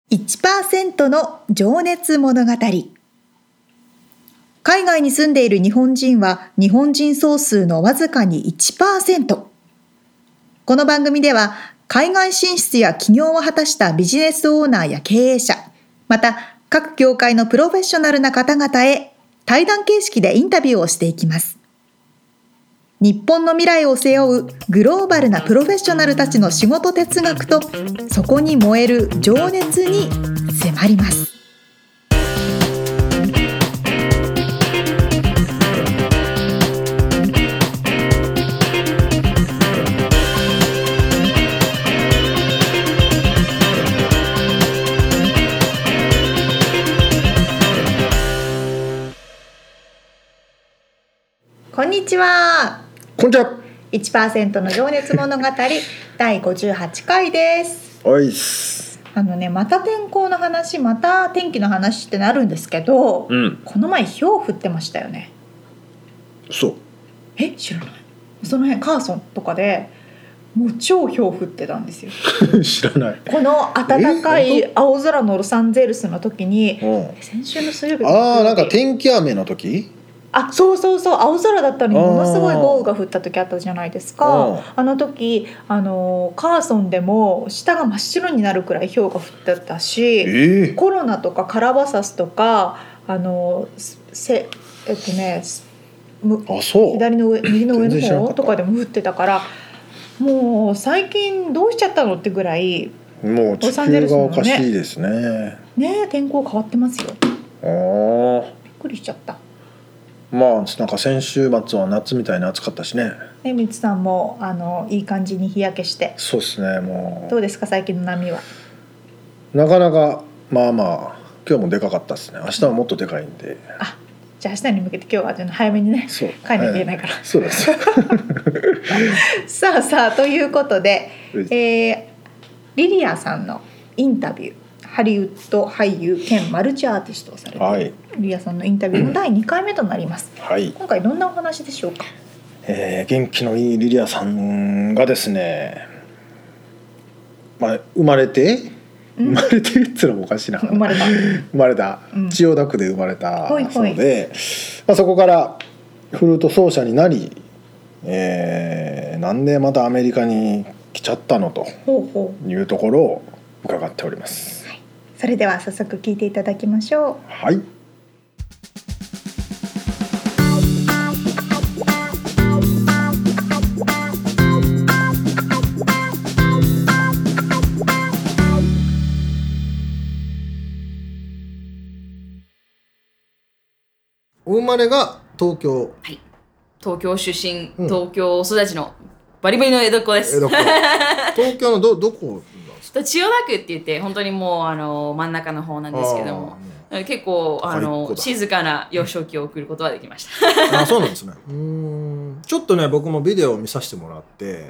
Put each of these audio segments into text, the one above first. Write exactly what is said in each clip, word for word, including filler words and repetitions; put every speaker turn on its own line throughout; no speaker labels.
いちパーセント の情熱物語。海外に住んでいる日本人は日本人総数のわずかに いちパーセント。この番組では海外進出や起業を果たしたビジネスオーナーや経営者、また各業界のプロフェッショナルな方々へ対談形式でインタビューをしていきます。日本の未来を背負うグローバルなプロフェッショナルたちの仕事哲学とそこに燃える情熱に迫ります。こんにちは。
こんにちは。
いちパーセント の情熱物語だいごじゅうはちかいです。
おいっす。
あのね、また天候の話、また天気の話ってなるんですけど、
うん、
この前氷降ってましたよね。
そう。
え、知らない。その辺カーソンとかでもう超氷降ってたんですよ。
知らない。
この暖かい青空のロサンゼルスの時に、先週の水曜日、
ああ、なんか天気雨の時、
あ、そうそうそう、青空だったのにものすごい豪雨が降った時あったじゃないですか。あの時あのカーソンでも下が真っ白になるくらい氷が降ってたし、
えー、
コロナとかカラバサスとかあのせえっとね
あ、そう、
左の上右の上の方とかでも降ってたから、もう最近どうしちゃったのってぐらい
もう地球がおかしいですね。
ねえ、天候変わってますよ。
ああ、
びっくりしちゃった。
まあなんか先週末は夏みたいに暑かったしね。
ね、みつさんもあのいい感じに日焼けして。
そうですね。もう
どうですか最近の波は。
なかなかまあまあ今日もでかかったですね。明日はもっとでかいんで。
あ、じゃあ明日に向けて今日は早めにね
そう
帰んなきゃいけないから、
はい、そうです
さあさあということで、えー、リリアさんのインタビュー、ハリウッド俳優兼マルチアーティストをされている、はい、リリアさんのインタビューのだいにかいめとなります、
はい、
今回どんなお話でしょうか。
えー、元気のいいリリアさんがですね、まあ、生まれて生まれてっていうのもおかしいな
生まれた
生まれた、うん、千代田区で生まれたそうで、まあ、そこからフルート奏者になり、えー、なんでまたアメリカに来ちゃったのというところを伺っております。
はい、それでは早速聞いていただきましょう。
はい。お生まれが東京、
はい、東京出身、うん、東京育ちのバリバリの江戸っ子です。
江戸っ子東京の ど, どこなんですか。
千代田区って言って本当にもうあの真ん中の方なんですけども、結構あの静かな幼少期を送ることができました。
あ、そうなんですね。うーん、ちょっとね僕もビデオを見させてもらって、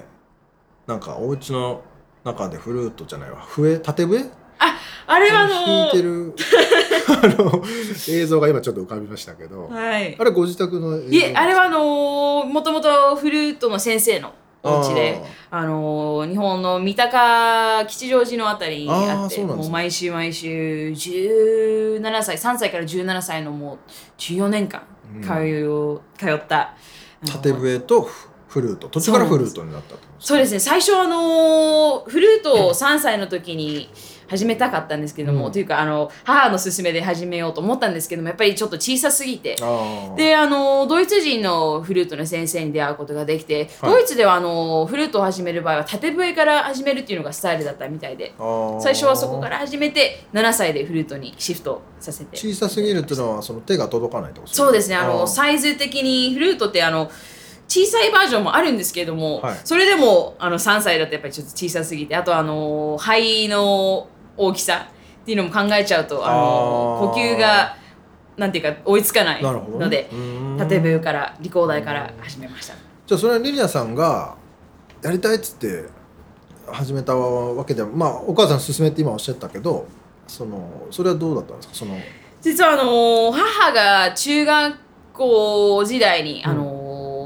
なんかお家の中でフルートじゃないわ、笛縦笛
ああれはあの
弾いてるあの映像が今ちょっと浮かびましたけど、
はい、
あれご自宅の映像。
いえ、あれはあのもともとフルートの先生のお家で、あの日本の三鷹吉祥寺のあたりにあって、もう毎週毎週じゅうななさいさんさいからじゅうななさいのもうじゅうよねんかん通う、通った
縦笛とフルート、途中からフルートになったと。
そうですね、最初あのフルートをさんさいの時に始めたかったんですけども、うん、というかあの母の勧めで始めようと思ったんですけども、やっぱりちょっと小さすぎて、であのドイツ人のフルートの先生に出会うことができて、はい、ドイツではあのフルートを始める場合は縦笛から始めるっていうのがスタイルだったみたいで、最初はそこから始めてななさいでフルートにシフトさせて。
小さすぎるっていうのはその手が届かないってことですか。
そうですね、あのサイズ的にフルートってあの小さいバージョンもあるんですけれども、はい、それでもあのさんさいだとやっぱりちょっと小さすぎて、あとあの肺の大きさっていうのも考えちゃうと、あの呼吸がなんていうか追いつかないので、縦笛からリコーダーから始めました。
じゃあそれはリリアさんがやりたいっつって始めたわけでは、まあお母さん勧めって今おっしゃったけど、そのそれはどうだったんですか。その
実はあの母が中学校時代に、うん、あの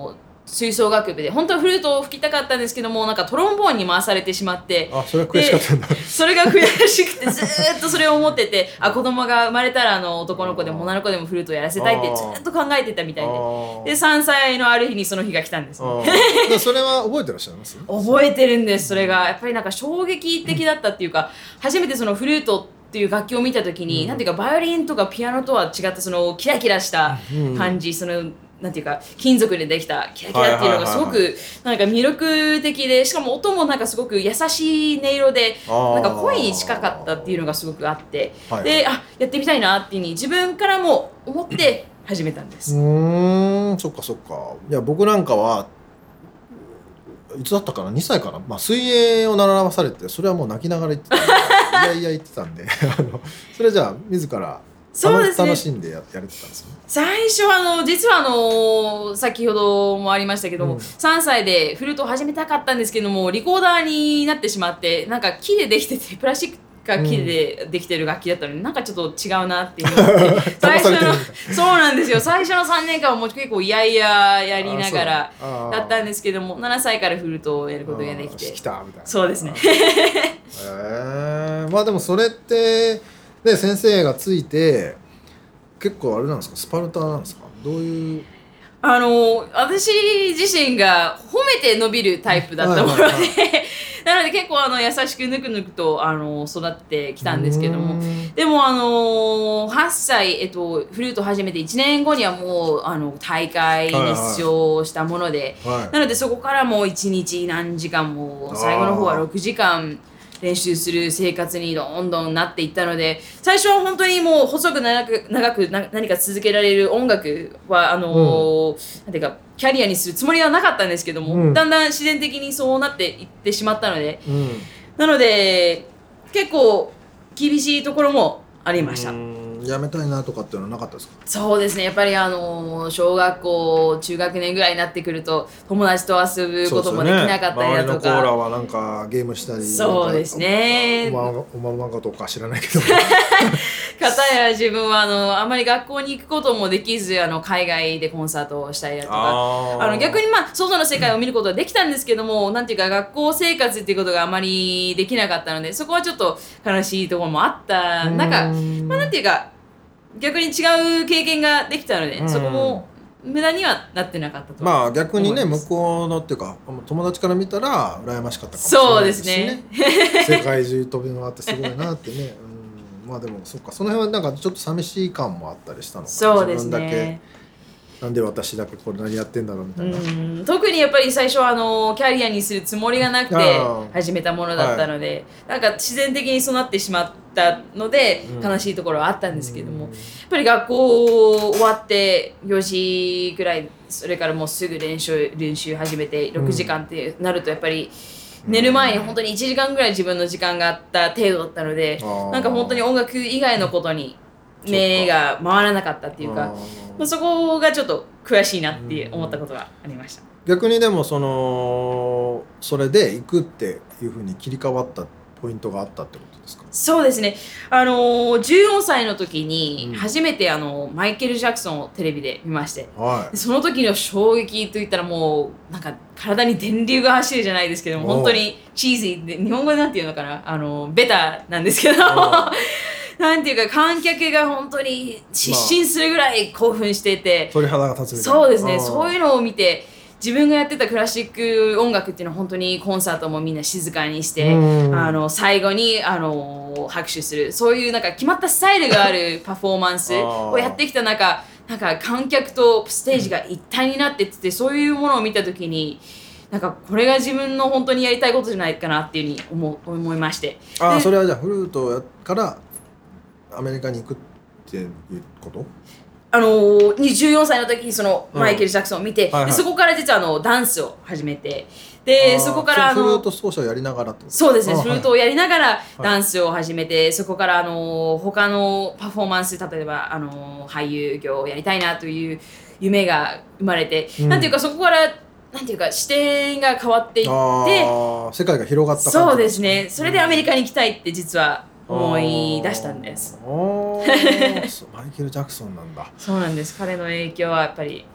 吹奏楽部で本当はフルートを吹きたかったんですけどもなんかトロンボーンに回されてしまって
あそれは悔しかったんだ
それが悔しくてずーっとそれを思っててあ子供が生まれたらあの男の子でも女の子でもフルートをやらせたいってずっと考えてたみたいででさんさいのある日にその日が来たんです、ね、
それは覚えてらっしゃいます
覚えてるんです。それがやっぱりなんか衝撃的だったっていうか、うん、初めてそのフルートっていう楽器を見た時に、うん、なんていうかバイオリンとかピアノとは違ったそのキラキラした感じ、うん、そのなんていうか金属でできたキラキラっていうのがすごくなんか魅力的でしかも音もなんかすごく優しい音色でなんか声に近かったっていうのがすごくあってであやってみたいなっていうふうに自分からも思って始めたんです。
うーんそっかそっか。いや僕なんかはいつだったかなにさいかな、まあ、水泳を習わされてそれはもう泣きながら言ってたんでいやいや言ってたんであのそれじゃあ自らそうですね、楽しんで や, やれてたんですよね。
最初はあの実はあの先ほどもありましたけども、うん、さんさいでフルートを始めたかったんですけどもリコーダーになってしまってなんか木でできててプラスチックが木でできてる楽器だったのに、うん、なんかちょっと違うなっていう最初のそうなんですよ最初のさんねんかんはもう結構いやいややりながらだったんですけどもななさいからフルートをやることができて
きたみたいな
そうですね
えー、まあでもそれってで先生がついて結構あれなんですかスパルタなんですかどういう
あの私自身が褒めて伸びるタイプだったもので、はいはいはい、なので結構あの優しくぬくぬくとあの育ってきたんですけどもでもあのはっさい、えっと、フルート始めていちねんごにはもうあの大会に出場したもので、はいはい、なのでそこからもういちにち何時間も最後の方はろくじかん練習する生活にどんどんなっていったので最初は本当にもう細く長く長くな何か続けられる音楽はあのーうん、なんていうかキャリアにするつもりはなかったんですけども、うん、だんだん自然的にそうなっていってしまったので、うん、なので結構厳しいところもありました。
やめたいなとかっていうのはなかったですか？
そうですねやっぱりあの小学校中学年ぐらいになってくると友達と遊ぶこともできなかったりだとか、ね、周りの
コーラはなんかゲームしたり
そうですね
おまままかとか知らないけど
片や自分はあのあんまり学校に行くこともできずあの海外でコンサートをしたりだとかあの逆にまあ外の世界を見ることはできたんですけどもなんていうか学校生活っていうことがあまりできなかったのでそこはちょっと悲しいところもあった中まあなんていうか逆に違う経験ができたので、うん、そこも無駄にはなってなかったと思います。
まあ逆にね向こうのっていうか友達から見たら羨ましかったかもしれないですしね。そうですね世界中飛び回ってすごいなってね、うん、まあでもそっかその辺はなんかちょっと寂しい感もあったりしたのかな。
そうですね
自分だけなんで私だけこれ何やってんだろうみたいな。
うん特にやっぱり最初はあのキャリアにするつもりがなくて始めたものだったので、はい、なんか自然的にそうなってしまったので悲しいところはあったんですけども、うん、やっぱり学校終わってよじくらいそれからもうすぐ練習練習始めてろくじかんってなるとやっぱり寝る前に本当にいちじかんぐらい自分の時間があった程度だったので、うん、なんか本当に音楽以外のことに目が回らなかったっていうか、まあ、そこがちょっと悔しいなって思ったことがありました。
逆にでもそのそれで行くっていう風に切り替わったポイントがあったってことですか？
そうですね。あのじゅうよんさいの時に初めてあのマイケル・ジャクソンをテレビで見まして、はい、その時の衝撃といったらもうなんか体に電流が走るじゃないですけども本当にチーズイで日本語でなんていうのかなあのベタなんですけどなんていうか観客が本当に失神するぐらい興奮していて、
まあ、鳥肌が立つみたいな。
そうですね。そういうのを見て自分がやってたクラシック音楽っていうのは本当にコンサートもみんな静かにしてあの最後にあの拍手するそういうなんか決まったスタイルがあるパフォーマンスをやってきた中なんか観客とステージが一体になってっててそういうものを見た時になんかこれが自分の本当にやりたいことじゃないかなっていうふうに思思いまして。
あそれはじゃあフルートからアメリカに行くっていうこと？
あのー、じゅうよんさいの時にそのマイケル・ジャクソンを見て、うんはいはい、そこから実はあのダンスを始めてでそこからあの
フルート奏者をやりながらってこと？
そうですねフルートをやりながらダンスを始めて、はい、そこからあの他のパフォーマンス例えばあの俳優業をやりたいなという夢が生まれて、うん、なんていうかそこからなんていうか視点が変わっていって
世界が広がった感じ。
そうですねそれでアメリカに行きたいって実は思い出したんです。
マイケル・ジャクソンなんだ。
そうなんです。彼の影響はやっぱり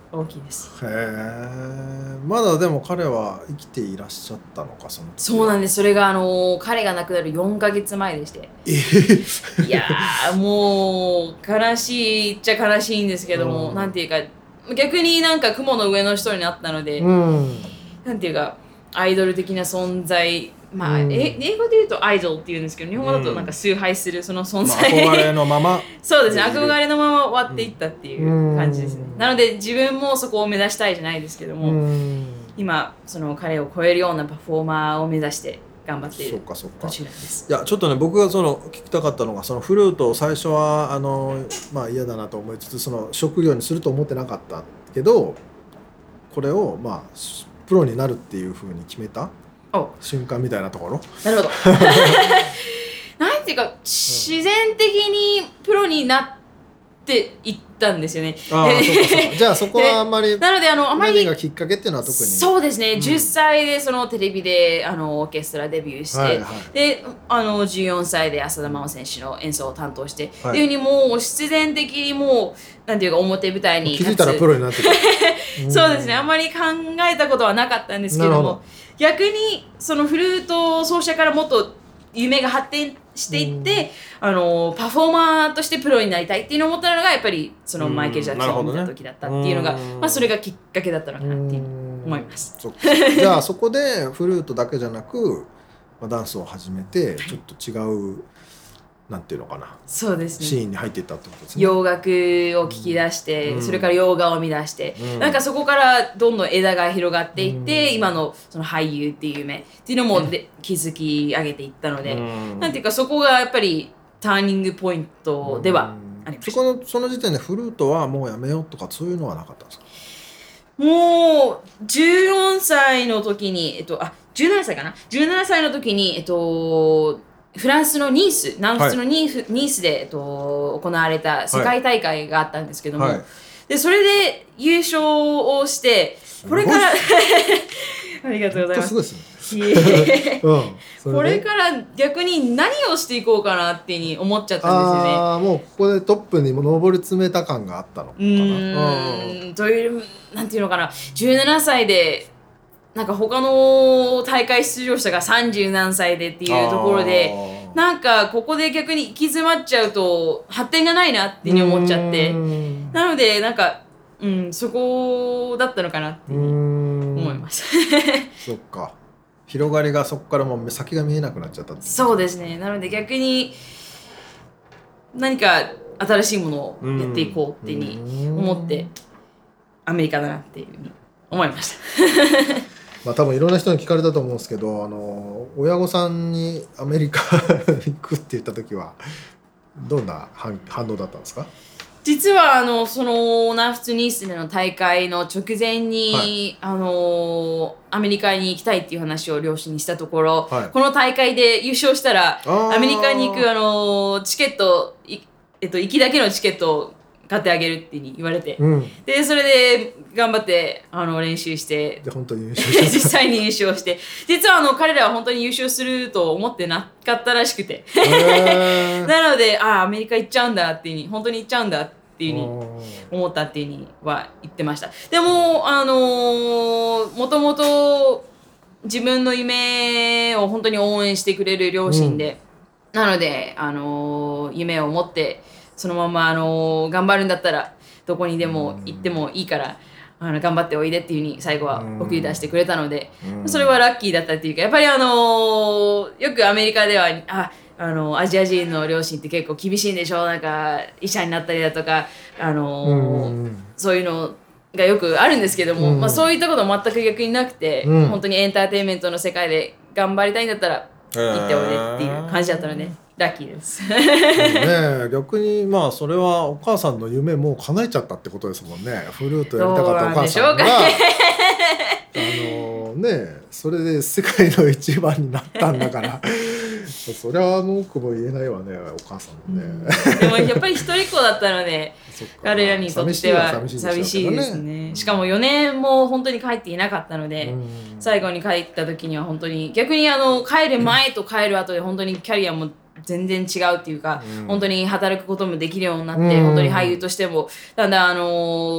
大きいです。
へえ。まだでも彼は生きていらっしゃったのか、その時。
そうなんです。それがあの彼が亡くなるよんかげつまえでして。
えー、
いやーもう悲しいっちゃ悲しいんですけども、うん、なんていうか逆になんか雲の上の人になったので、うん、なんていうかアイドル的な存在、まあ、うん、え英語で言うとアイドルって言うんですけど、日本語だとなんか崇拝するその存在、
まあ、憧れのまま
そうですね、憧れのまま終わっていったっていう感じですね、うん、なので自分もそこを目指したいじゃないですけども、うん、今その彼を超えるようなパフォーマーを目指して頑張っている途中なんです。
いやちょっとね、僕がその聞きたかったのが、そのフルートを最初はあの、まあ、嫌だなと思いつつ、その職業にすると思ってなかったけど、これをまあプロになるっていうふうに決めた瞬間みたいなところ。
なるほどなんていうか自然的にプロになっていったんですよね。
あそうかそうか。じゃあそこはあんまり
なのであのあまり
何がきっかけっていうのは特に。
そうですね、うん、じゅっさいでそのテレビであのオーケストラデビューして、はいはい、であのじゅうよんさいで浅田真央選手の演奏を担当して、はい、っていうふうにもう必然的にもうなんていうか表舞台に
気づいたらプロになってた
そうですね、あんまり考えたことはなかったんですけども、ど逆にそのフルート奏者からもっと夢が発展していって、あのパフォーマーとしてプロになりたいっていうのを思ったのがやっぱりそのマイケル・ジャクソンを見た時だったっていうのが、まあ、それがきっかけだったのかなっていう思います。
そじゃあそこでフルートだけじゃなく、まあ、ダンスを始めてちょっと違うなんていうのかな、
そうですね、
シーンに入っていったってことですね。
洋楽を聞き出して、うん、それから洋画を見出して、うん、なんかそこからどんどん枝が広がっていって、うん、今のその俳優っていう夢っていうのもで、うん、築き上げていったので、うん、なんていうかそこがやっぱりターニングポイントではありました。
そこのその時点でフルートはもうやめようとかそういうのはなかったんですか？
もうじゅうよんさいの時に、えっと、あじゅうななさいかなじゅうななさいの時に、えっとフランスのニース、南仏のニース、はい、ニースで、えっと、行われた世界大会があったんですけども、はい、でそれで優勝をして、これからありがとうございます。
すごいですね。
うん、これから逆に何をしていこうかなってに思っちゃったんですよね。
ああ、もうここでトップに上り詰めた感があったのかな。う
ーん、というなんていうのかな、じゅうななさいでなんか他の大会出場者がさんじゅうなんさいでっていうところで、なんかここで逆に行き詰まっちゃうと発展がないなっていうふうに思っちゃって、なのでなんか、うん、そこだったのかなって思います。
そっか、広がりがそこからもう先が見えなくなっちゃったって。
そうですね、なので逆に何か新しいものをやっていこうっていうふうに思ってアメリカだなっていうふうに思いました。
まあ、多分いろんな人に聞かれたと思うんですけど、あの親御さんにアメリカに行くって言った時はどんな反応だったんですか？
実はあのその南仏ニースでの大会の直前に、はい、あのアメリカに行きたいっていう話を両親にしたところ、はい、この大会で優勝したらアメリカに行くあのチケット、えっと、行きだけのチケットを買ってあげるって言われて、うん、でそれで頑張ってあの練習して
で本当に優勝して
実際に優勝して実はあの彼らは本当に優勝すると思ってなかったらしくてなのでああアメリカ行っちゃうんだっていうに本当に行っちゃうんだっていうふうに思ったっていうふうには言ってました。でもあのー、もともと自分の夢を本当に応援してくれる両親で、うん、なのであのー、夢を持ってそのまま、あのー、頑張るんだったらどこにでも行ってもいいからあの頑張っておいでっていう風に最後は送り出してくれたので、それはラッキーだったっていうか、やっぱり、あのー、よくアメリカではあ、あのー、アジア人の両親って結構厳しいんでしょ、なんか医者になったりだとか、あのー、そういうのがよくあるんですけども、まあ、そういったことは全く逆になくて、本当にエンターテインメントの世界で頑張りたいんだったら行っておいでっていう感じだったので、ラッキーです
ね。逆にまあそれはお母さんの夢も叶えちゃったってことですもんね。フルートやりたかったお母さんがあのね、それで世界の一番になったんだからそりゃ文句も言えないわね、お母さんもね、
うん、でもやっぱり一人っ子だったので彼らにとっては寂しいですね。しかもよねんも本当に帰っていなかったので、うん、最後に帰った時には本当に逆にあの帰る前と帰る後で本当にキャリアも全然違うっていうか、うん、本当に働くこともできるようになって、うん、本当に俳優としてもだんだんあの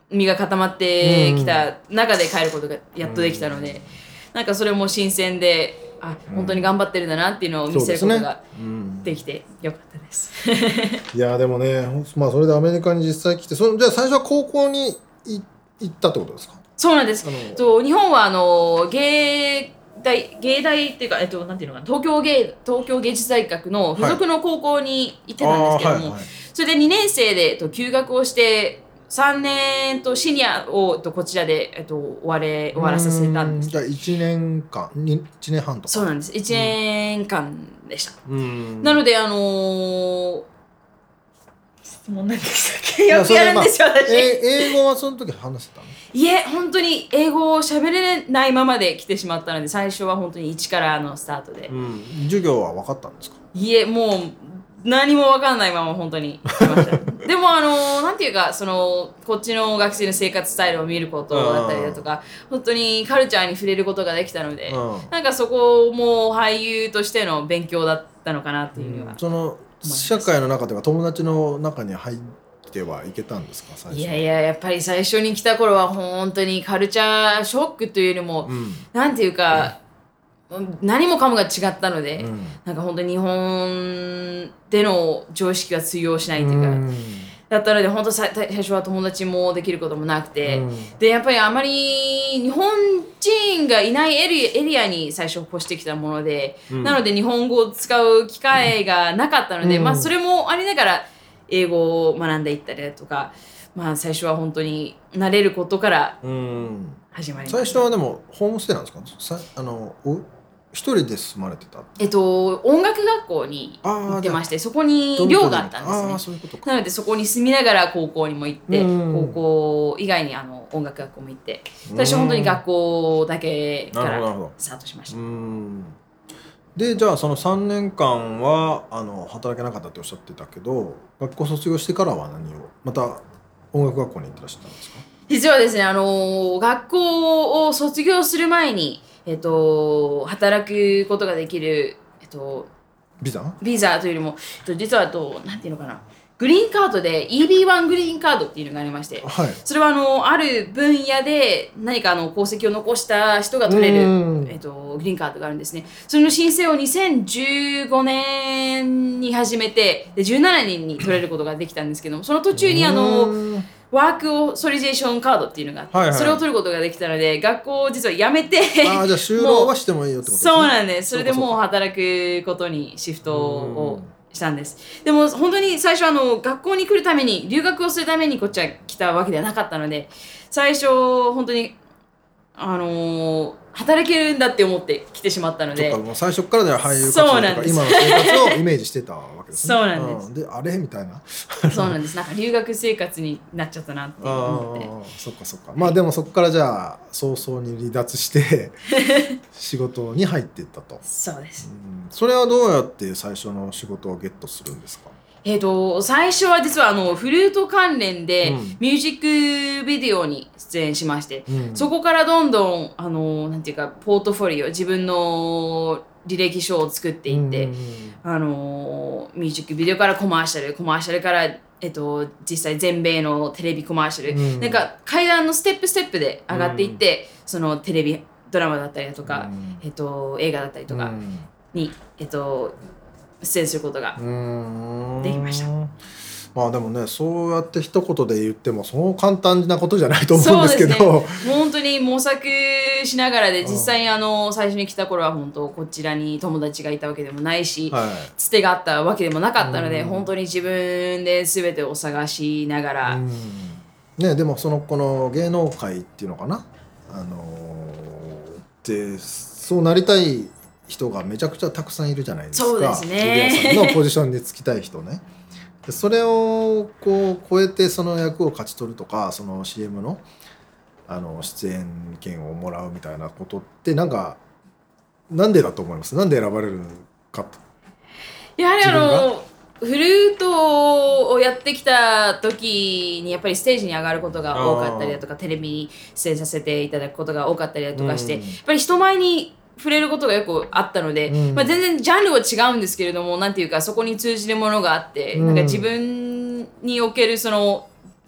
身が固まってきた中で帰ることがやっとできたので、うん、なんかそれも新鮮で、あ、本当に頑張ってるんだなっていうのを見せることができてよかったです。
いやでもね、まあ、それでアメリカに実際来て、そのじゃあ最初は高校に行ったってことですか？
そうなんです。と日本はあの芸大芸大っていうか、えっと、なんていうのかな、東京芸東京芸術大学の付属の高校に行ってたんですけども、はいはいはい、それでにねん生で、えっと、休学をしてさんねんとシニアをとこちらで、えっと、終われ終わらさせたんです。
じゃあいちねんかんいちねんはんとか。
そうなんです。いちねんかんでした。うん、なのであのー、質問なんでしたっけ？よくやるんですよ、私。
英語はその時話してたの？
いえ、本当に英語を喋れないままで来てしまったので、最初は本当に一からのスタートで、うん、
授業は分かったんですか？
いえ、もう何も分かんないまま本当に来ましたでもあのなんていうか、そのこっちの学生の生活スタイルを見ることだったりだとか、本当にカルチャーに触れることができたので、なんかそこも俳優としての勉強だったのかなっていうのは、うん、
その社会の中では友達の中に入ってはいけたんですか？最初。
いやいや、やっぱり最初に来た頃は本当にカルチャーショックというよりも、うん、なんていうか、うん、何もかもが違ったので、うん、なんか本当に日本での常識が通用しないというか、うん、だったので本当最初は友達もできることもなくて、うん、でやっぱりあまり日本人がいないエリア、エリアに最初越してきたもので、うん、なので日本語を使う機会がなかったので、うん、まあそれもありながら英語を学んでいったりだとか、まあ最初は本当に慣れることから始まりました。
最初はでもホームステイなんですか？さあのお一人で住まれてた？
えっと音楽学校に行ってまして、そこに寮があったんですね。
あ、そういうことか。
なのでそこに住みながら高校にも行って、高校以外にあの音楽学校も行って、最初は本当に学校だけからスタートしました。
で、じゃあそのさんねんかんはあの働けなかったっておっしゃってたけど、学校卒業してからは何をまた音楽学校に行ってらっしゃったんですか？
実はですね、あの学校を卒業する前に、えっと、働くことができる、えっと、
ビザ
ビザというよりも、えっと、実はとなんていうのかな、グリーンカードで イービーワン グリーンカードっていうのがありまして、はい、それはあのある分野で何かあの功績を残した人が取れる、えっと、グリーンカードがあるんですね。それの申請をにせんじゅうごねんに始めて、でじゅうななねんに取れることができたんですけども、その途中にあのワークオーソリゼーションカードっていうのがあって、はいはい、それを取ることができたので、学校を実は辞めて
ああ、じゃあ就労はしてもいいよってことですね。
そうなんです。それでもう働くことにシフトをしたんです。でも本当に最初あの学校に来るために、留学をするためにこっちは来たわけではなかったので、最初本当にあのー、働けるんだって思って来てしまったので、
もう最初からでは俳優活動とか今の生活をイメージしてたわけですね。
そうなんです。
うん、であれみたいな
そうなんです。なんか留学生活になっちゃったなって思って。
あ、そっかそっか。まあでもそこからじゃあ早々に離脱して仕事に入っていったと。
そうです、
うん。それはどうやって最初の仕事をゲットするんですか？
えーと、最初は実はあのフルート関連でミュージックビデオに出演しまして、うん、そこからどんどんあのなんていうかポートフォリオ、自分の履歴書を作っていって、うん、あのミュージックビデオからコマーシャル、コマーシャルから、えっと、実際全米のテレビコマーシャル、うん、なんか階段のステップステップで上がっていって、うん、そのテレビドラマだったりだとか、うん、えっと、映画だったりとかに、えっと出演することができました。
まあでもね、そうやって一言で言ってもそう簡単なことじゃないと思うんですけど、そうです
ね、もう本当に模索しながらで、実際あの最初に来た頃は本当こちらに友達がいたわけでもないし、はい、つてがあったわけでもなかったので、本当に自分で全てを探しながら、うん
ね、でもそのこの芸能界っていうのかな、あのー、でそうなりたい人がめちゃくちゃたくさんいるじゃないですか。
そうですね。
ジュリアさんのポジションにつきたい人ね。でそれをこう超えてその役を勝ち取るとか、その シーエム のあの出演権をもらうみたいなことってなんかなんでだと思います？なんで選ばれるかと。
やはりあのフルートをやってきた時にやっぱりステージに上がることが多かったりだとか、テレビに出演させていただくことが多かったりだとかして、うん、やっぱり人前に触れることがよくあったので、うん、まあ、全然ジャンルは違うんですけれども、なんていうかそこに通じるものがあって、うん、なんか自分におけるその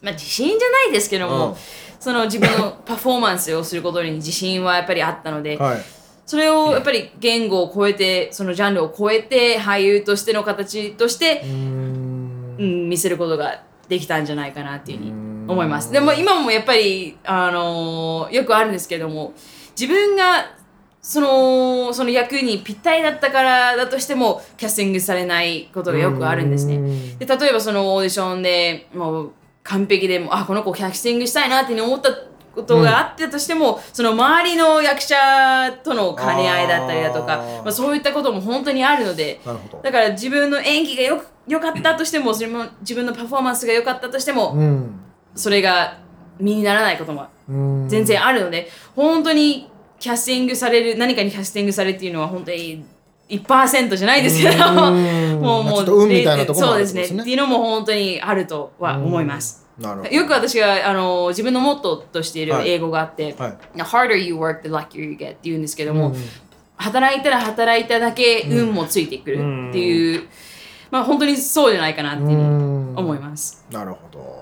まあ、自信じゃないですけども、
うん、
その自分のパフォーマンスをすることに自信はやっぱりあったので、
はい、
それをやっぱり言語を超えてそのジャンルを超えて俳優としての形として
うーん、
うん、見せることができたんじゃないかなっていうふうに思います。でも今もやっぱり、あのー、よくあるんですけども、自分がそのその役にぴったりだったからだとしてもキャスティングされないことがよくあるんですね。で例えばそのオーディションでもう完璧でもあこの子キャスティングしたいなって思ったことがあったとしても、うん、その周りの役者との兼ね合いだったりだとか、まあ、そういったことも本当にあるので、
なるほど。
だから自分の演技がよく良かったとしても、それも自分のパフォーマンスが良かったとしても、うん、それが身にならないことも全然あるので、本当にキャスティングされる、何かにキャスティングされるっていうのは本当に いちパーセント じゃないですけど、もうもう、まあ、ちょっと運みたいなところもあるんですね。そうですね。っていうのも本当にあるとは思います。なるほど。よく私があの自分のモットーとしている英語があって、はい、harder you work, the luckier you get って言うんですけども、うん、働いたら働いただけ運もついてくるっていう、うん、まあ本当にそうじゃないかなっていうふうに思います。
なるほど。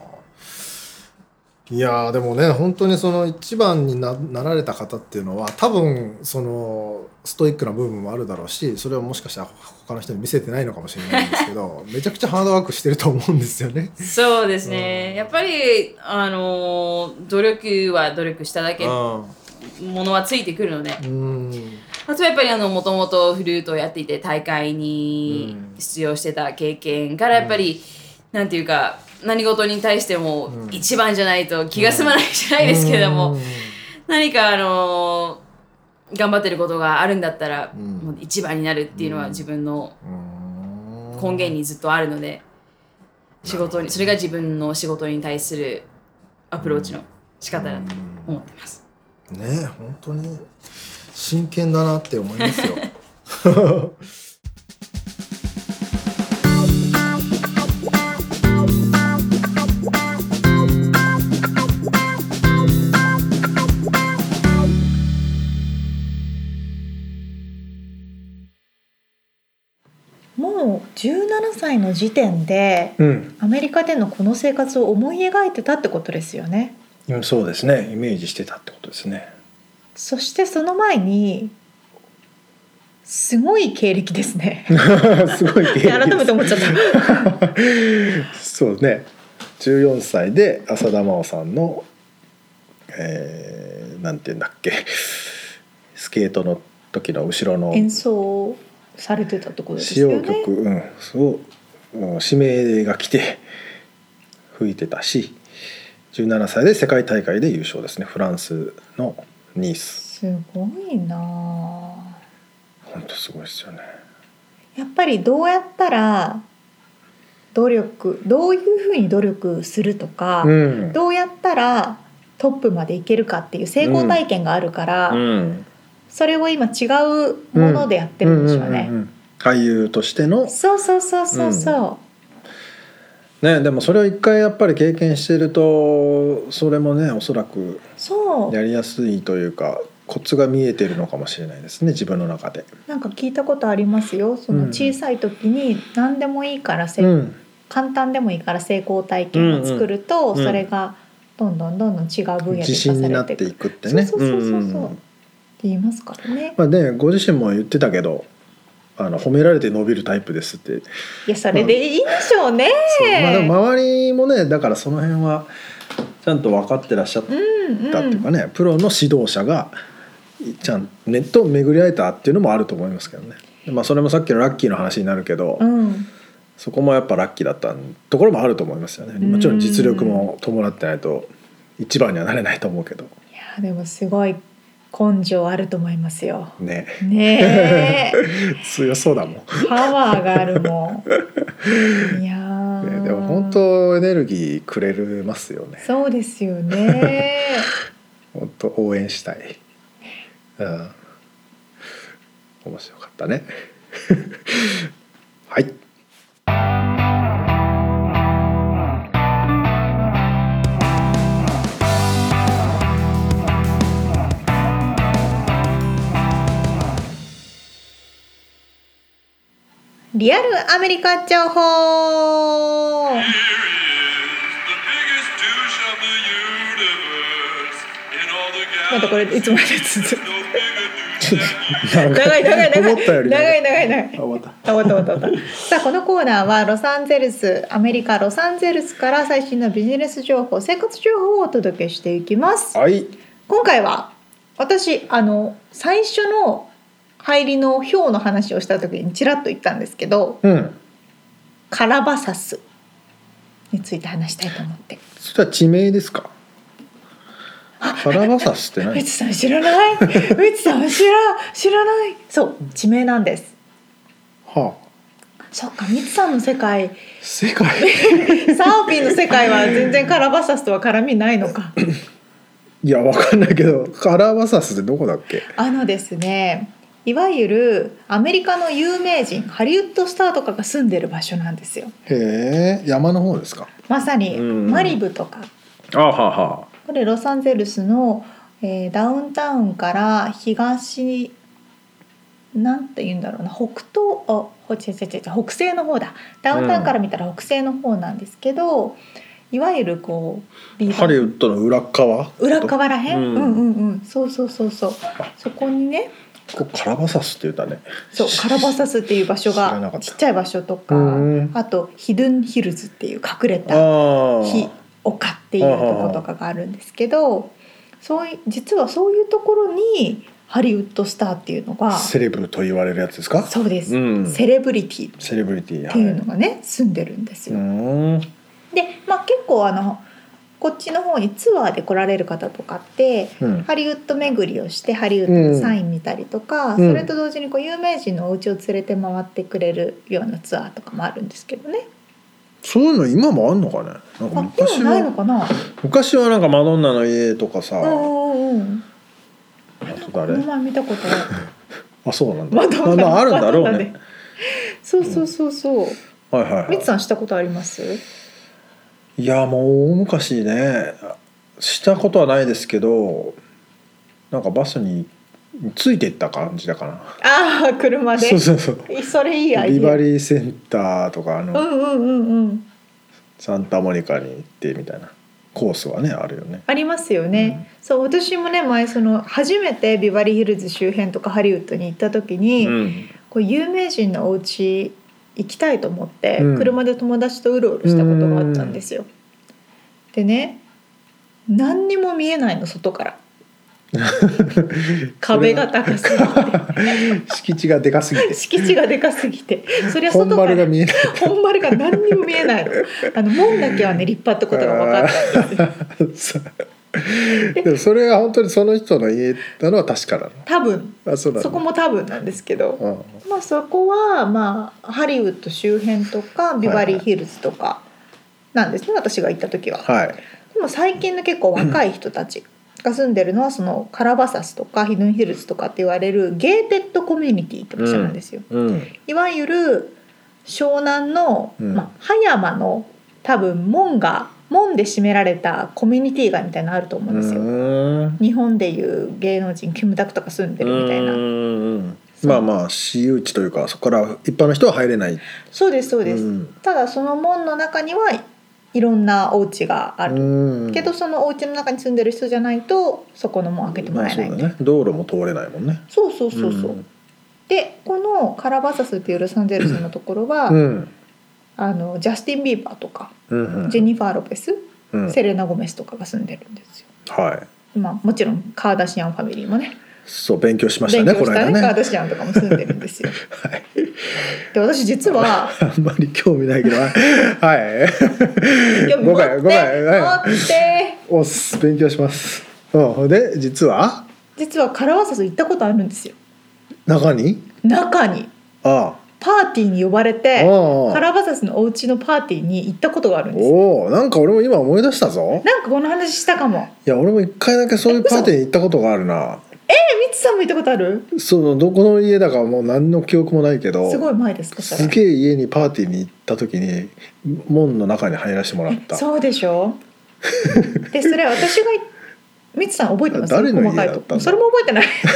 いやでもね、本当にその一番に な, なられた方っていうのは多分そのストイックな部分もあるだろうし、それをもしかしたら他の人に見せてないのかもしれないんですけどめちゃくちゃハードワークしてると思うんですよね。
そうですね、うん、やっぱりあの努力は努力しただけものはついてくるので、うん、あとはやっぱりあのもともとフルートをやっていて大会に出場してた経験からやっぱり、うん、なんていうか何事に対しても一番じゃないと気が済まないじゃないですけれども、うん、何かあの頑張ってることがあるんだったら、うん、もう一番になるっていうのは自分の根源にずっとあるので、仕事にそれが自分の仕事に対するアプローチの仕方だと思ってます。
ねえ、本当に真剣だなって思いますよ。
もうじゅうななさいの時点で、うん、アメリカでのこの生活を思い描いてたってことですよね。
うん、そうですね、イメージしてたってことですね。
そしてその前にすごい経歴ですね。
すごい経歴です。
改めて思っちゃった。
そうね、じゅうよんさいで浅田真央さんの、えー、なんていうんだっけ、スケートの時の後ろの
演奏されてたところですよね。
使用曲、うん、そう、うん、指名が来て吹いてたし、じゅうななさいで世界大会で優勝ですね。フランスのニース。
すごいな。
本当すごいですよね。
やっぱりどうやったら努力、どういうふうに努力するとか、うん、どうやったらトップまでいけるかっていう成功体験があるから、うんうん、それを今違うものでやってるんでしょうね。
俳優としての。
そうそうそうそうそう。うん
ね、でもそれを一回やっぱり経験してるとそれもね、おそらくやりやすいというかコツが見えてるのかもしれないですね、自分の中で。
なんか聞いたことありますよ。その小さい時に何でもいいからせ、うん、簡単でもいいから成功体験を作ると、うんうん、それがどんどんどんどん違う分野で
自信になっていくってね。
そうそうそうそう、うんうん、って言いますからね。
まあね、ご自身も言ってたけど、あの褒められて伸びるタイプですって。い
や、それでいいんでしょうね。
まあ、まあ、でも周りもね、だからその辺はちゃんと分かってらっしゃったっていうかね、うんうん、プロの指導者がちゃんネットを巡り合えたっていうのもあると思いますけどね。まあ、それもさっきのラッキーの話になるけど、うん、そこもやっぱラッキーだったところもあると思いますよね。もちろん実力も伴ってないと一番にはなれないと思うけど。い
やでもすごい根性あると思いますよ。
ね。
ね
強そうだもん。
パワーがあるもん。いやー、
ね、でも本当エネルギーくれますよね。
そうですよね。
本当応援したい。うん。面白かったね。はい。
リアルアメリカ情報。 のところいつもやつ
長
長い長い長い
思ったより
長い長い長い
あ終わった
あ終わった終わった終わったさあこのコーナーはロサンゼルスアメリカロサンゼルスから最新のビジネス情報生活情報をお届けしていきます。
はい
今回は私あの最初の入りの表の話をした時にちらっと言ったんですけど、
うん、
カラバサスについて話したいと思って。
それは地名ですか？カラバサスって何？
ウィツさん知らない？ウィツさん知ら知らない？そう地名なんです。
はあ、
そっかミツさんの世界
世界
サーフィンの世界は全然カラバサスとは絡みないのか。
いやわかんないけどカラバサスってどこだっけ？
あのですねいわゆるアメリカの有名人ハリウッドスターとかが住んでる場所なんですよ。
へえ山の方ですか？
まさにマリブとか、
あはは
これロサンゼルスの、えー、ダウンタウンから東なんて言うんだろうな北東あほちちち北西の方だ。ダウンタウンから見たら北西の方なんですけど、うん、いわゆるこうビーバー
ハリウッドの裏側
裏側らへん、うん、うんうんうんそうそうそうそうそこにね
ここカラバサスって言ったね。
そうカラバサスっていう場所がちっちゃい場所とか、あとヒドゥンヒルズっていう隠れたひ丘っていうところとかがあるんですけど、そういう実はそういうところにハリウッドスターっていうのが
セレブと言われるやつですか？
そうです、
うん、
セレブリティ
セレブリティ
っていうのがね、はい、住んでるんですよ。
うん
で、まあ、結構あのこっちの方にツアーで来られる方とかって、うん、ハリウッド巡りをしてハリウッドのサイン見たりとか、うん、それと同時にこう有名人のお家を連れて回ってくれるようなツアーとかもあるんですけどね。
そういうの今もあんのかね。なんか昔は
ないのかな。
昔はなんかマドンナの家とかさ、
うんうん、
あと誰？
この前見たことある
あそうなんだ。
マドンナ、
まあ、あるんだろうね。
そうそうそうそう、うん、
はいはいはい。
ミツさんしたことあります？
いやもう大昔ねしたことはないですけど、なんかバスについていった感じだかな。
ああ車で。
そうそうそう。
それいいアイデア。
ビバリーセンターとかあの、
うんうんうんうん、
サンタモニカに行ってみたいなコースはねあるよね。
ありますよね。うん、そう私もね前その初めてビバリーヒルズ周辺とかハリウッドに行った時に、うん、こう有名人のお家行きたいと思って、うん、車で友達とうろうろしたことがあったんですよ。でね何にも見えないの外から壁が高すぎて
敷地がでかすぎて
敷地がでかすぎてそれは外から
本丸が見えない
本丸が何にも見えないの。あの門だけはね立派ってことが分かったんです
でもそれが本当にその人の家なのは確かなの。
多分
あ そうなんだ。
そこも多分なんですけど、うん、まあそこはまあハリウッド周辺とかビバリーヒルズとかなんですね、はいはい、私が行った時は、はい、でも最近の結構若い人たちが住んでるのはそのカラバサスとかヒドゥンヒルズとかって言われるゲーテッドコミュニティって場所なんですよ、うんうん、いわゆる湘南の、うんまあ、葉山の多分門が門で占められたコミュニティ街みたいなのあると思うんですよ。日本でいう芸能人キムタクとか住んでるみたいな。うん
まあまあ私有地というかそこから一般の人は入れない。
そうですそうです、うん、ただその門の中にはいろんなお家があるけどそのお家の中に住んでる人じゃないとそこの門開けてもらえない、
まあそうだね、道路も通れないもんね。
そうそうそうそう、うん、でこのカラバサスっていうロサンゼルスのところは、うんあのジャスティン・ビーバーとか、うんうん、ジェニファー・ロペス、うん、セレナ・ゴメスとかが住んでるんですよ、はいまあ、もちろんカーダシアンファミリーもね
そう勉強しましたね
勉強したね、
この間ね
カーダシアンとかも住んでるんですよ、はい、で私実は
あんまり興味ないけどはい
ごめんごめん待って
お勉強します、うん、で実は
実はカラバサス行ったことあるんですよ。
中に
中に
ああ
パーティーに呼ばれてカラバサスのお家のパーティーに行ったことがあるんですよ。
おなんか俺も今思い出したぞ。
なんかこの話したかも。
いや俺も一回だけそういうパーティーに行ったことがあるな。
えー、みつさんも行ったことある？
そのどこの家だかもう何の記憶もないけど
すごい前ですか？
すげえ家にパーティーに行った時に門の中に入らせてもらった。
そうでしょでそれ私がみつさん覚えてます？
誰の家だったの？
それも覚えて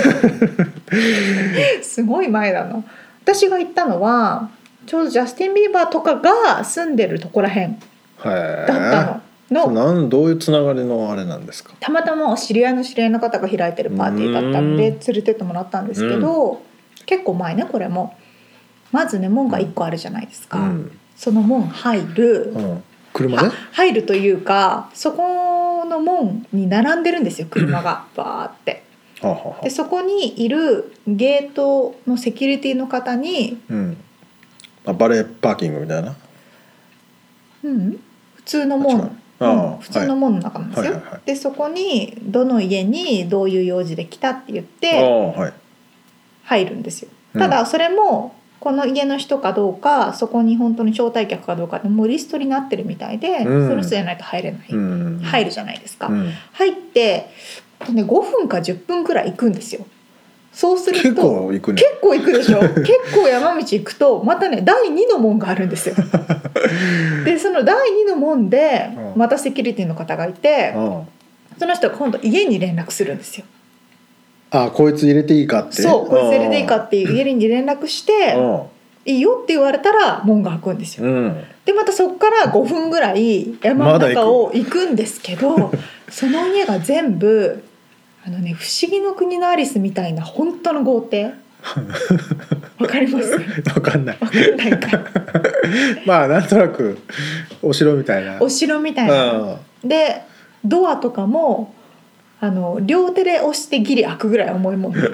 ないすごい前だな。私が行ったのはちょうどジャスティン・ビーバーとかが住んでるとこらへんだったの。
のなんどういうつながりのあれなんですか？
たまたま知り合いの知り合いの方が開いてるパーティーだったので連れてってもらったんですけど、結構前ねこれもまずね門がいっこあるじゃないですか、うん、その門入る、うん、
車ね
入るというかそこの門に並んでるんですよ車がバーって。でそこにいるゲートのセキュリティの方に、
うん、あバレーパーキングみたいな、
うん、普通の門、うん、普通の門の中なんですよ、はいはいはいはい、でそこにどの家にどういう用事で来たって言って入るんですよ。ただそれもこの家の人かどうかそこに本当に招待客かどうかでもうリストになってるみたいで、うん、その人じゃないと入れない、うん、入るじゃないですか、うん、入ってね、ごふんかじゅっぷんくらい行くんですよ。そうすると
結構行くね。
結構行くでしょ結構山道行くとまたねだいにの門があるんですよでそのだいにの門でまたセキュリティの方がいて、うん、その人が今度家に連絡するんですよ。
あこいつ入れていいかって
そうこいつ入れていいかっていう家に連絡していいよって言われたら門が開くんですよ、うん、でまたそこからごふんぐらい山の中を行くんですけど、ま、その家が全部あのね、不思議の国のアリスみたいな本当の豪邸わかります？
わかんない。
わかんないか
まあなんとなくお城みたいな
お城みたいなでドアとかもあの両手で押してギリ開くぐらい重いもんな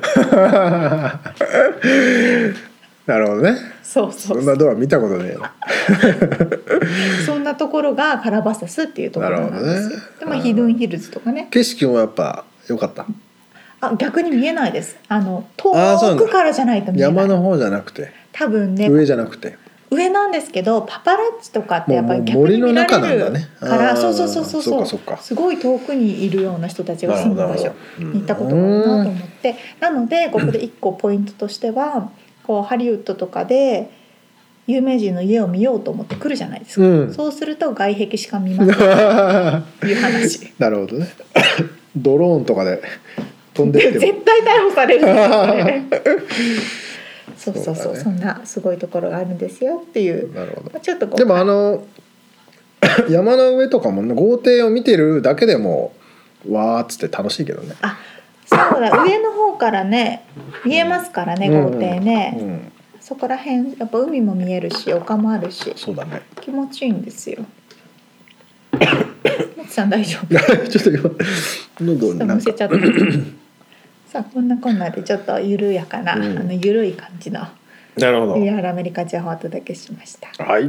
るほどね。
そうそうそう、
そんなドア見たことねえよ
そんなところがカラバサスっていうところなんですよ、ね、でまあヒドゥンヒルズとかね。
景色もやっぱ良かった？
あ逆に見えないです。あの遠くからじゃないと見えない。
山の方じゃなくて
多分ね
上じゃなくて
上なんですけどパパラッチとかってやっぱり逆に見られるからそうそうそうそうそうそうすごい遠くにいるような人たちが住む場所に行ったことがあるなと思ってなのでここで一個ポイントとしてはこうハリウッドとかで有名人の家を見ようと思って来るじゃないですか、うん、そうすると外壁しか見ませんという話
なるほどねドローンとかで飛んでっても
絶対逮捕されるんですよねそうそうそう、ね、そんなすごいところがあるんですよっていう。
なるほど。
ちょっとこう
でもあの山の上とかも、ね、豪邸を見てるだけでもわーっつって楽しいけどね。
あそうだ上の方からね見えますからね、うん、豪邸ね、うんうん、そこら辺やっぱ海も見えるし丘もあるし
そうだね
気持ちいいんですよもつさん大丈夫
ちょっと今喉に
むせちゃったさあこんなこんなでちょっと緩やかな、うん、あの緩い感じの
なるほど
ブイアール アメリカ情報をお届けしました。
はい。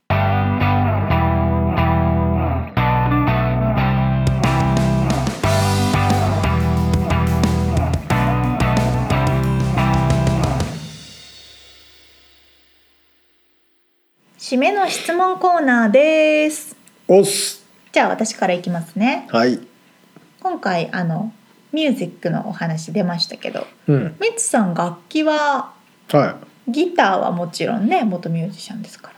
締めの質問コーナーです。
おっす。
じゃあ私からいきますね。
はい。
今回あのミュージックのお話出ましたけど、
うん、
みつさん楽器は、
はい、
ギターはもちろんね元ミュージシャンですから。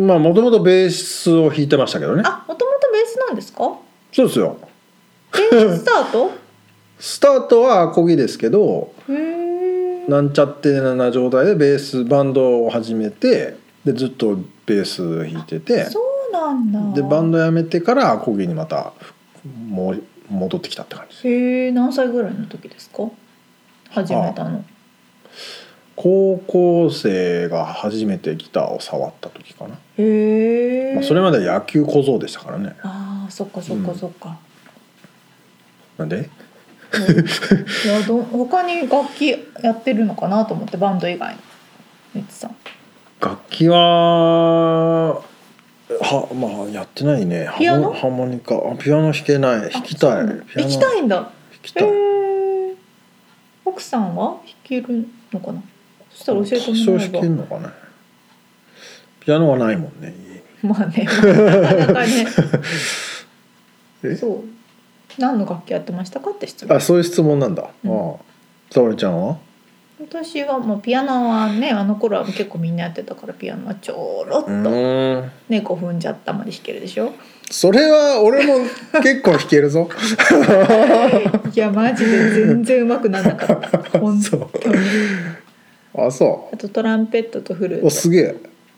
まあもともとベースを弾いてましたけどね。
あ、もともとベースなんですか？
そうですよ。
ベーススタート？
スタートはアコギですけど、へーなんちゃってな状態でベースバンドを始めてでずっとベース弾いてて、
そうなんだ。
でバンドやめてからアコギにまたもう戻ってきたって感じです。
へえ、何歳ぐらいの時ですか？始めたの。
高校生が初めてギターを触った時かな。
へえ、
まあ、それまで野球小僧でしたからね。
ああ、そっかそっかそっか、
うん、なんで
いやど他に楽器やってるのかなと思って、バンド以外に。みつさん
楽器ははまあやってないね。
ピアノ？
ハーモニカ、ピアノ弾けない。弾きたい。
弾きたいんだ。弾
きたい。
奥さんは弾けるのかな。そしたら教えてもらえば。
多少弾けるのかな。ピアノはないもんね。
まあね、まあ、なかなかねそう。何の楽器やってましたかって質問。
あ、そういう質問なんだ。うん、ああ。沙織ちゃんは？
私はもうピアノはね、あの頃は結構みんなやってたから、ピアノはちょろっと猫踏んじゃったまで弾けるでしょ。
それは俺も結構弾けるぞ
いやマジで全然上手くならなかった本当に。
あ、そう。
あとトランペットとフルート。
お、すげえ。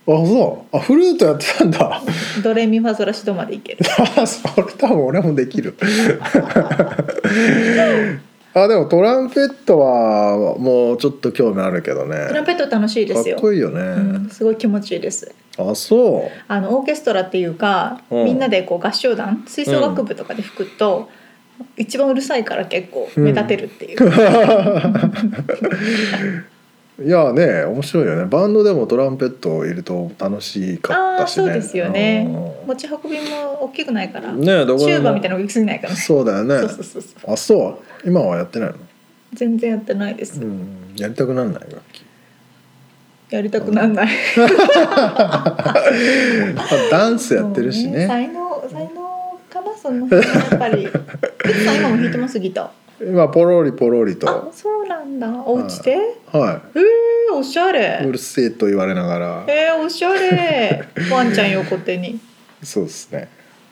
そうあフルートやってたんだ
ドレミファソラシドまでいける
それ多分俺もできるあでもトランペットはもうちょっと興味あるけどね。
トランペット楽しいですよ。
かっこいいよね、
うん、すごい気持ちいいです。
あそう
あのオーケストラっていうか、うん、みんなでこう合唱団吹奏楽部とかで吹くと、うん、一番うるさいから結構目立てるっていう、
うん、いやね面白いよね。バンドでもトランペットをいると楽しかったしね。
あそうですよね。持ち運びも大きくないから
ねどこでも
チューバみたいなの大きすぎないからね。
そうだよね。そうそうそうそうあそう今はやってないの？
全然やってないです、
うん、やりたくなんない楽器
やりたくなんない
ダンスやってるしね。
才能才能かなその辺やっぱり今も弾いてますギタ
ー今ポロリポロリと。
あそうなんだお家で、
はい、はい、
えー、おしゃれ。
うるせえと言われながら
えー、おしゃれワンちゃん横手に
そうですね。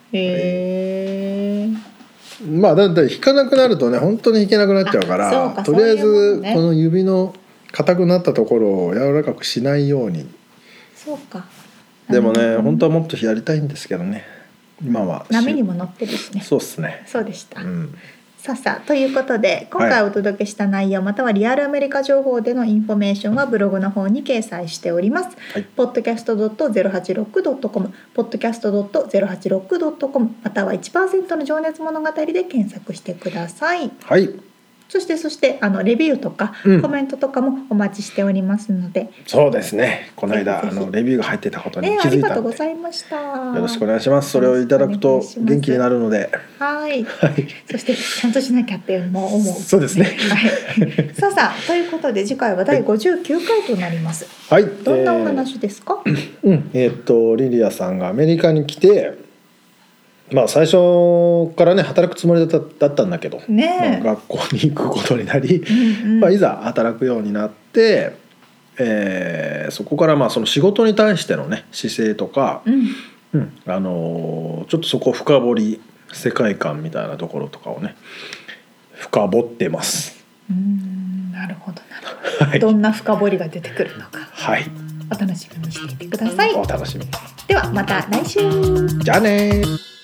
へえー
まあだんだん弾かなくなるとね本当に弾けなくなっちゃうからかとりあえずこの指の硬くなったところを柔らかくしないように。
そうか。
でもね本当はもっとやりたいんですけどね今は
波にも乗ってるしね。
そうですね。
そうでした、
うん、
さあさあということで今回お届けした内容、はい、またはリアルアメリカ情報でのインフォメーションはブログの方に掲載しております、はい、ポッドキャスト ドットゼロはちろく ドットコム ポッドキャスト ドットゼロはちろく ドットコム または いちパーセント の情熱物語で検索してください。
はい。
そしてそしてあのレビューとかコメントとかもお待ちしておりますので、うん、
そうですねこの間あのレビューが入ってたことに気づいたので、
ね、ありがとうございました。
よろしくお願いします。それをいただくと元気になるので
はい、はい、そしてちゃんとしなきゃっても思う
そうですね、
はい、さあさあということで次回はだいごじゅうきゅうかいとなります。
はい。
どんなお話ですか？
えー、うんえー、っとリリアさんがアメリカに来てまあ最初からね働くつもりだった、だったんだけど、ねまあ、学校に行くことになり、うんうんまあ、いざ働くようになって、えー、そこからまあその仕事に対してのね姿勢とか、うんうん、あのー、ちょっとそこを深掘り世界観みたいなところとかをね深掘ってます。
うーんなるほどなるほど、はい、どんな深掘りが出てくるのか、
はい、
お楽しみにしていてください。
お楽しみに。
ではまた来週。
じゃあね。